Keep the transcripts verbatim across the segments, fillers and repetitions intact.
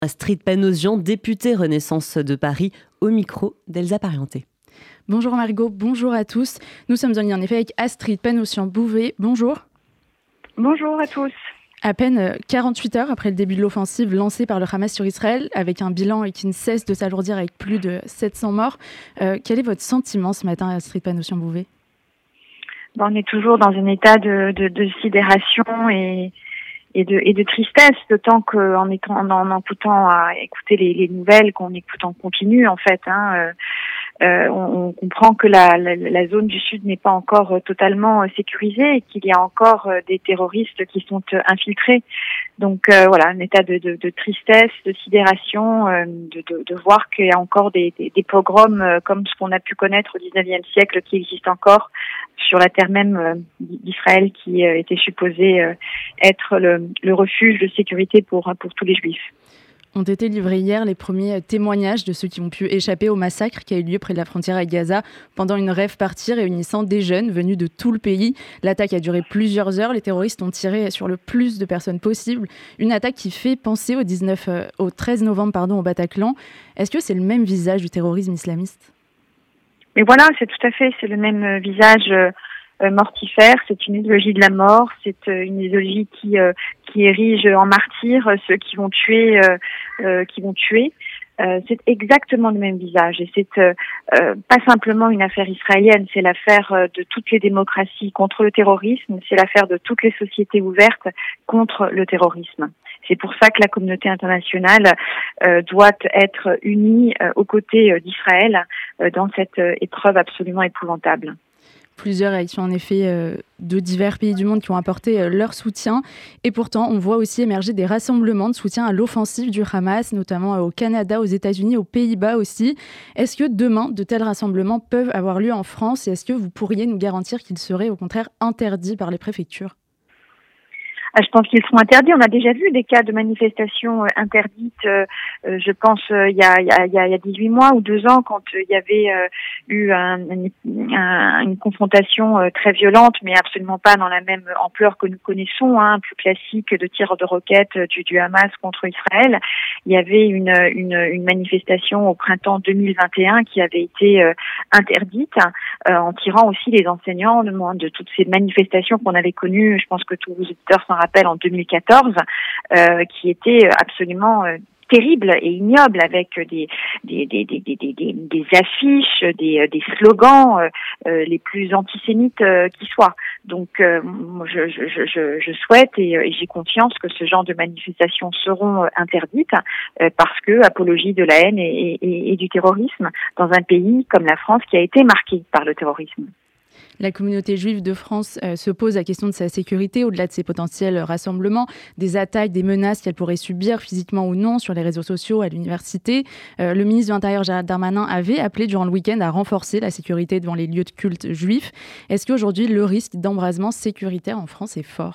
Astrid Panosyan, députée Renaissance de Paris, au micro d'Elsa Parienté. Bonjour Margot, bonjour à tous. Nous sommes en ligne en effet avec Astrid Panosyan-Bouvet. Bonjour. Bonjour à tous. À peine quarante-huit heures après le début de l'offensive lancée par le Hamas sur Israël, avec un bilan qui ne cesse de s'alourdir avec plus de sept cents morts, euh, quel est votre sentiment ce matin, Astrid Panosyan-Bouvet ? Bon, on est toujours dans un état de, de, de sidération et, et, de, et de tristesse, d'autant qu'en étant, en, en écoutant à écouter les, les nouvelles, qu'on écoute en continu en fait, hein, euh, Euh, on, on comprend que la, la, la zone du Sud n'est pas encore euh, totalement euh, sécurisée et qu'il y a encore euh, des terroristes qui sont euh, infiltrés. Donc euh, voilà, un état de, de, de tristesse, de sidération, euh, de, de, de voir qu'il y a encore des, des, des pogroms euh, comme ce qu'on a pu connaître au dix-neuvième siècle qui existent encore sur la terre même euh, d'Israël qui euh, était supposée euh, être le, le refuge de sécurité pour, pour tous les Juifs. Ont été livrés hier les premiers témoignages de ceux qui ont pu échapper au massacre qui a eu lieu près de la frontière avec Gaza pendant une rave party réunissant des jeunes venus de tout le pays. L'attaque a duré plusieurs heures. Les terroristes ont tiré sur le plus de personnes possible. Une attaque qui fait penser au, dix-neuf, euh, au treize novembre pardon, au Bataclan. Est-ce que c'est le même visage du terrorisme islamiste ? Mais voilà, c'est tout à fait, c'est le même visage euh, mortifère, c'est une idéologie de la mort, c'est euh, une idéologie qui euh, qui érige en martyrs ceux qui vont tuer, euh, euh, qui vont tuer. Euh, c'est exactement le même visage et c'est euh, euh, pas simplement une affaire israélienne, c'est l'affaire euh, de toutes les démocraties contre le terrorisme, c'est l'affaire de toutes les sociétés ouvertes contre le terrorisme. C'est pour ça que la communauté internationale euh, doit être unie euh, aux côtés euh, d'Israël euh, dans cette euh, épreuve absolument épouvantable. Plusieurs réactions en effet euh, de divers pays du monde qui ont apporté euh, leur soutien. Et pourtant, on voit aussi émerger des rassemblements de soutien à l'offensive du Hamas, notamment euh, au Canada, aux États-Unis, aux Pays-Bas aussi. Est-ce que demain, de tels rassemblements peuvent avoir lieu en France et est-ce que vous pourriez nous garantir qu'ils seraient au contraire interdits par les préfectures ? Je pense qu'ils seront interdits. On a déjà vu des cas de manifestations interdites, euh, je pense, euh, il y a, il y a, il y a dix-huit mois ou deux ans, quand il y avait euh, eu un, un, une confrontation euh, très violente, mais absolument pas dans la même ampleur que nous connaissons, hein, plus classique de tir de roquettes du, du Hamas contre Israël. Il y avait une, une, une manifestation au printemps deux mille vingt et un qui avait été euh, interdite, euh, en tirant aussi les enseignants de, de toutes ces manifestations qu'on avait connues. Je pense que tous vos auditeurs s'en rappelle en deux mille quatorze, euh, qui était absolument euh, terrible et ignoble, avec des des des des des des, des affiches, des des slogans euh, les plus antisémites euh, qui soient. Donc, euh, je, je je je souhaite et, et j'ai confiance que ce genre de manifestations seront interdites euh, parce que apologie de la haine et, et, et du terrorisme dans un pays comme la France qui a été marqué par le terrorisme. La communauté juive de France euh, se pose la question de sa sécurité au-delà de ses potentiels rassemblements, des attaques, des menaces qu'elle pourrait subir physiquement ou non sur les réseaux sociaux, à l'université. Euh, le ministre de l'Intérieur, Gérald Darmanin, avait appelé durant le week-end à renforcer la sécurité devant les lieux de culte juifs. Est-ce qu'aujourd'hui, le risque d'embrasement sécuritaire en France est fort ?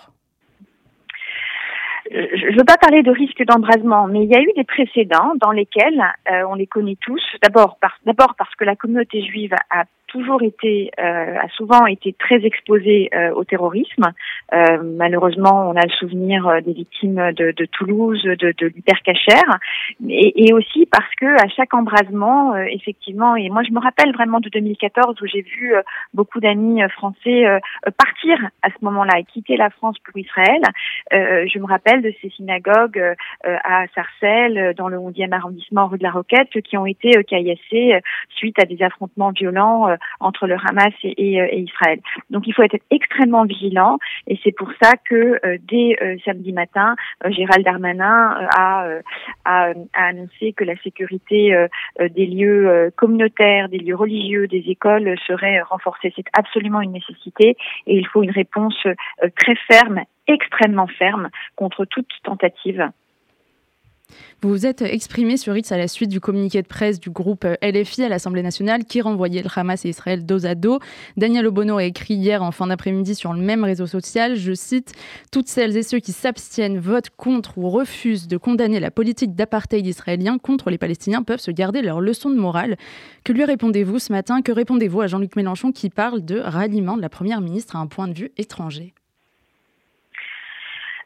Je ne veux pas parler de risque d'embrasement, mais il y a eu des précédents dans lesquels euh, on les connaît tous. D'abord, par, d'abord parce que la communauté juive a toujours été, euh, a souvent été très exposée euh, au terrorisme. Euh, malheureusement, on a le souvenir euh, des victimes de, de Toulouse, de, de l'Hypercacher, et, et aussi parce que à chaque embrasement, euh, effectivement, et moi je me rappelle vraiment de deux mille quatorze où j'ai vu euh, beaucoup d'amis euh, français euh, partir à ce moment-là et quitter la France pour Israël. Euh, je me rappelle de ces synagogues euh, à Sarcelles, dans le onzième arrondissement, rue de la Roquette, qui ont été euh, caillassées euh, suite à des affrontements violents euh, entre le Hamas et, et, et Israël. Donc il faut être extrêmement vigilant et c'est pour ça que euh, dès euh, samedi matin, euh, Gérald Darmanin euh, a, euh, a, a annoncé que la sécurité euh, des lieux euh, communautaires, des lieux religieux, des écoles serait renforcée. C'est absolument une nécessité et il faut une réponse euh, très ferme, extrêmement ferme, contre toute tentative. Vous vous êtes exprimé sur X à la suite du communiqué de presse du groupe L F I à l'Assemblée nationale qui renvoyait le Hamas et Israël dos à dos. Daniel Obono a écrit hier en fin d'après-midi sur le même réseau social, je cite « Toutes celles et ceux qui s'abstiennent, votent contre ou refusent de condamner la politique d'apartheid israélien contre les Palestiniens peuvent se garder leur leçon de morale. » Que lui répondez-vous ce matin ? Que répondez-vous à Jean-Luc Mélenchon qui parle de ralliement de la Première ministre à un point de vue étranger ?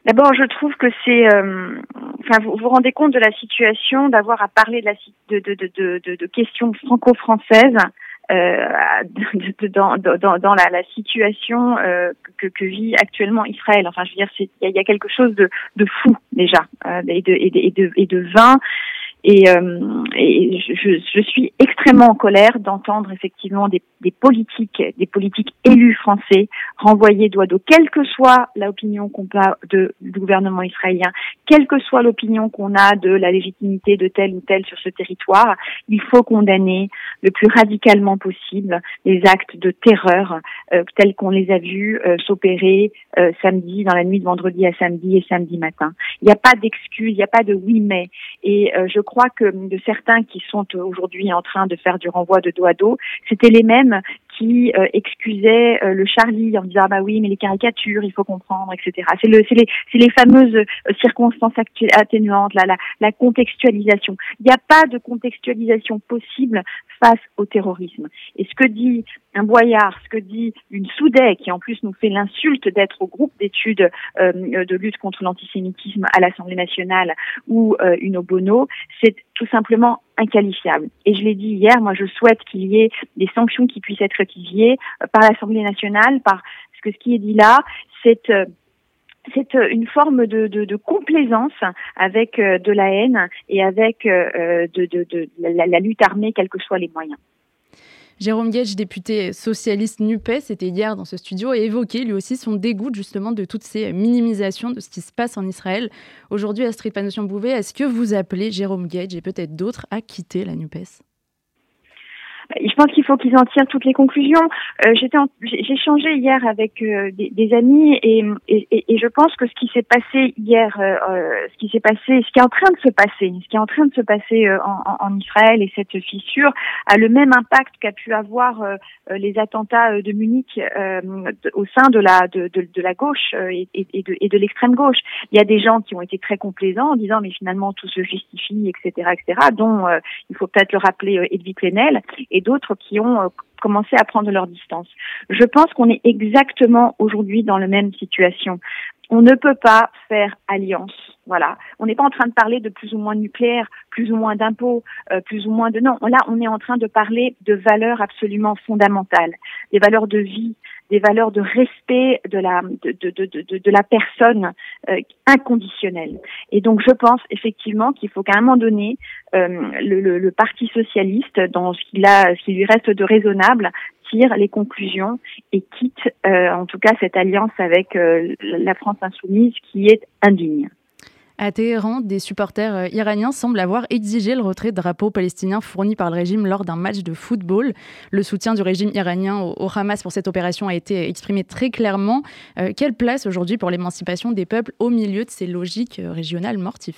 D'abord, je trouve que c'est, euh, enfin, vous vous rendez compte de la situation d'avoir à parler de, la, de, de, de, de, de questions franco-françaises euh, de, de, dans, dans, dans la, la situation euh, que, que vit actuellement Israël. Enfin, je veux dire, il y, y a quelque chose de, de fou déjà, euh, et de, et de, et de, et de vain. Et, euh, et je, je suis extrêmement en colère d'entendre effectivement des, des politiques, des politiques élus français renvoyer doigt d'eau, quelle que soit l'opinion qu'on a de, du gouvernement israélien, quelle que soit l'opinion qu'on a de la légitimité de tel ou tel sur ce territoire. Il faut condamner le plus radicalement possible les actes de terreur euh, tels qu'on les a vus euh, s'opérer euh, samedi, dans la nuit de vendredi à samedi et samedi matin. Il n'y a pas d'excuse, il n'y a pas de oui mais. Et euh, je Je crois que de certains qui sont aujourd'hui en train de faire du renvoi de dos à dos, c'était les mêmes qui euh, excusaient euh, le Charlie en disant ah bah oui mais les caricatures il faut comprendre, et cetera. C'est le c'est les c'est les fameuses euh, circonstances atténuantes, la la la contextualisation. Il n'y a pas de contextualisation possible face au terrorisme. Et ce que dit un Boyard, ce que dit une Soudet qui en plus nous fait l'insulte d'être au groupe d'études euh, de lutte contre l'antisémitisme à l'Assemblée nationale ou euh, une Obono, c'est tout simplement inqualifiable. Et je l'ai dit hier, moi je souhaite qu'il y ait des sanctions qui puissent être étudiées par l'Assemblée nationale, parce que ce qui est dit là, c'est euh, c'est une forme de, de, de complaisance avec euh, de la haine et avec euh, de, de, de la, la lutte armée, quels que soient les moyens. Jérôme Guedj, député socialiste NUPES, était hier dans ce studio et évoquait lui aussi son dégoût justement de toutes ces minimisations de ce qui se passe en Israël. Aujourd'hui, Astrid Panosyan-Bouvet, est-ce que vous appelez Jérôme Guedj et peut-être d'autres à quitter la NUPES ? Je pense qu'il faut qu'ils en tirent toutes les conclusions. Euh, j'étais en, j'ai, j'ai échangé hier avec euh, des, des amis et, et, et je pense que ce qui s'est passé hier, euh, ce qui s'est passé, ce qui est en train de se passer, ce qui est en train de se passer euh, en, en Israël et cette fissure a le même impact qu'a pu avoir euh, les attentats de Munich euh, au sein de la de, de, de la gauche euh, et, et, de, et de l'extrême gauche. Il y a des gens qui ont été très complaisants en disant mais finalement tout se justifie, et cetera, et cetera. Dont euh, il faut peut-être le rappeler euh, Edwy Plenel et d'autres qui ont euh, commencé à prendre leur distance. Je pense qu'on est exactement aujourd'hui dans la même situation. On ne peut pas faire alliance. Voilà. On n'est pas en train de parler de plus ou moins de nucléaire, plus ou moins d'impôts, euh, plus ou moins de... Non, là, on est en train de parler de valeurs absolument fondamentales, des valeurs de vie, des valeurs de respect de la de de de de, de la personne euh, inconditionnelle. Et donc je pense effectivement qu'il faut qu'à un moment donné euh, le, le, le Parti socialiste, dans ce qu'il a, ce qui lui reste de raisonnable, tire les conclusions et quitte euh, en tout cas cette alliance avec euh, la France insoumise qui est indigne. À Téhéran, des supporters iraniens semblent avoir exigé le retrait de drapeaux palestiniens fournis par le régime lors d'un match de football. Le soutien du régime iranien au, au Hamas pour cette opération a été exprimé très clairement. Euh, quelle place aujourd'hui pour l'émancipation des peuples au milieu de ces logiques régionales mortifères ?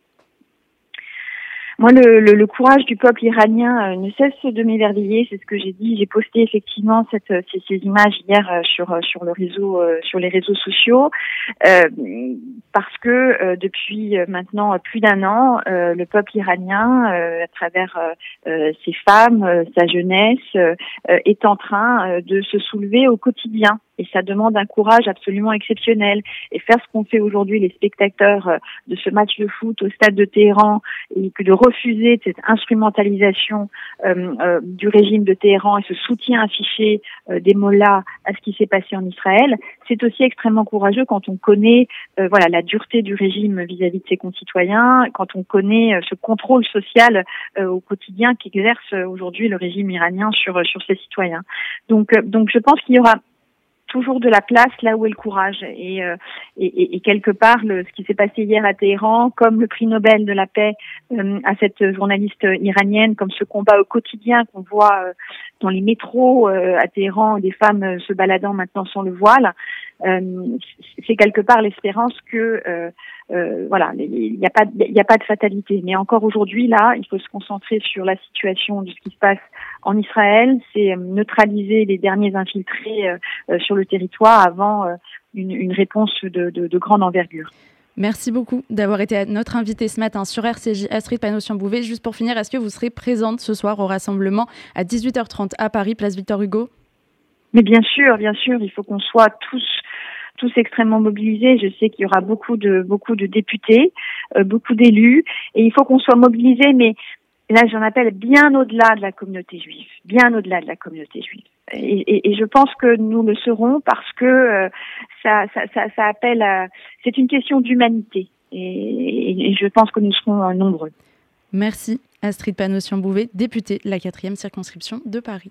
Moi, le, le, le courage du peuple iranien euh, ne cesse de m'émerveiller. C'est ce que j'ai dit. J'ai posté effectivement cette, ces, ces images hier euh, sur sur le réseau, euh, sur les réseaux sociaux, euh, parce que euh, depuis maintenant plus d'un an, euh, le peuple iranien, euh, à travers euh, ses femmes, euh, sa jeunesse, euh, est en train euh, de se soulever au quotidien. Et ça demande un courage absolument exceptionnel. Et faire ce qu'ont fait aujourd'hui les spectateurs de ce match de foot au stade de Téhéran et que de refuser cette instrumentalisation euh, euh, du régime de Téhéran et ce soutien affiché euh, des mollahs à ce qui s'est passé en Israël, c'est aussi extrêmement courageux quand on connaît euh, voilà la dureté du régime vis-à-vis de ses concitoyens, quand on connaît euh, ce contrôle social euh, au quotidien qu'exerce aujourd'hui le régime iranien sur sur ses citoyens. Donc euh, donc je pense qu'il y aura toujours de la place là où est le courage et euh, et, et, et quelque part le, ce qui s'est passé hier à Téhéran, comme le prix Nobel de la paix euh, à cette journaliste iranienne, comme ce combat au quotidien qu'on voit euh, dans les métros euh, à Téhéran, des femmes euh, se baladant maintenant sans le voile, euh, c'est quelque part l'espérance que euh, euh, voilà, il n'y a pas il n'y a pas de fatalité. Mais encore aujourd'hui là, il faut se concentrer sur la situation de ce qui se passe en Israël, c'est neutraliser les derniers infiltrés euh, sur le territoire avant euh, une, une réponse de, de, de grande envergure. Merci beaucoup d'avoir été notre invitée ce matin sur R C J, Astrid Panosyan-Bouvet. Juste pour finir, est-ce que vous serez présente ce soir au rassemblement à dix-huit heures trente à Paris, place Victor Hugo ? Mais bien sûr, bien sûr, il faut qu'on soit tous tous extrêmement mobilisés. Je sais qu'il y aura beaucoup de beaucoup de députés, euh, beaucoup d'élus, et il faut qu'on soit mobilisés, mais là, j'en appelle bien au-delà de la communauté juive, bien au-delà de la communauté juive. Et, et, et je pense que nous le serons parce que euh, ça, ça, ça, ça appelle à... C'est une question d'humanité. Et, et je pense que nous serons euh, nombreux. Merci Astrid Panosyan-Bouvet, députée de la quatrième circonscription de Paris.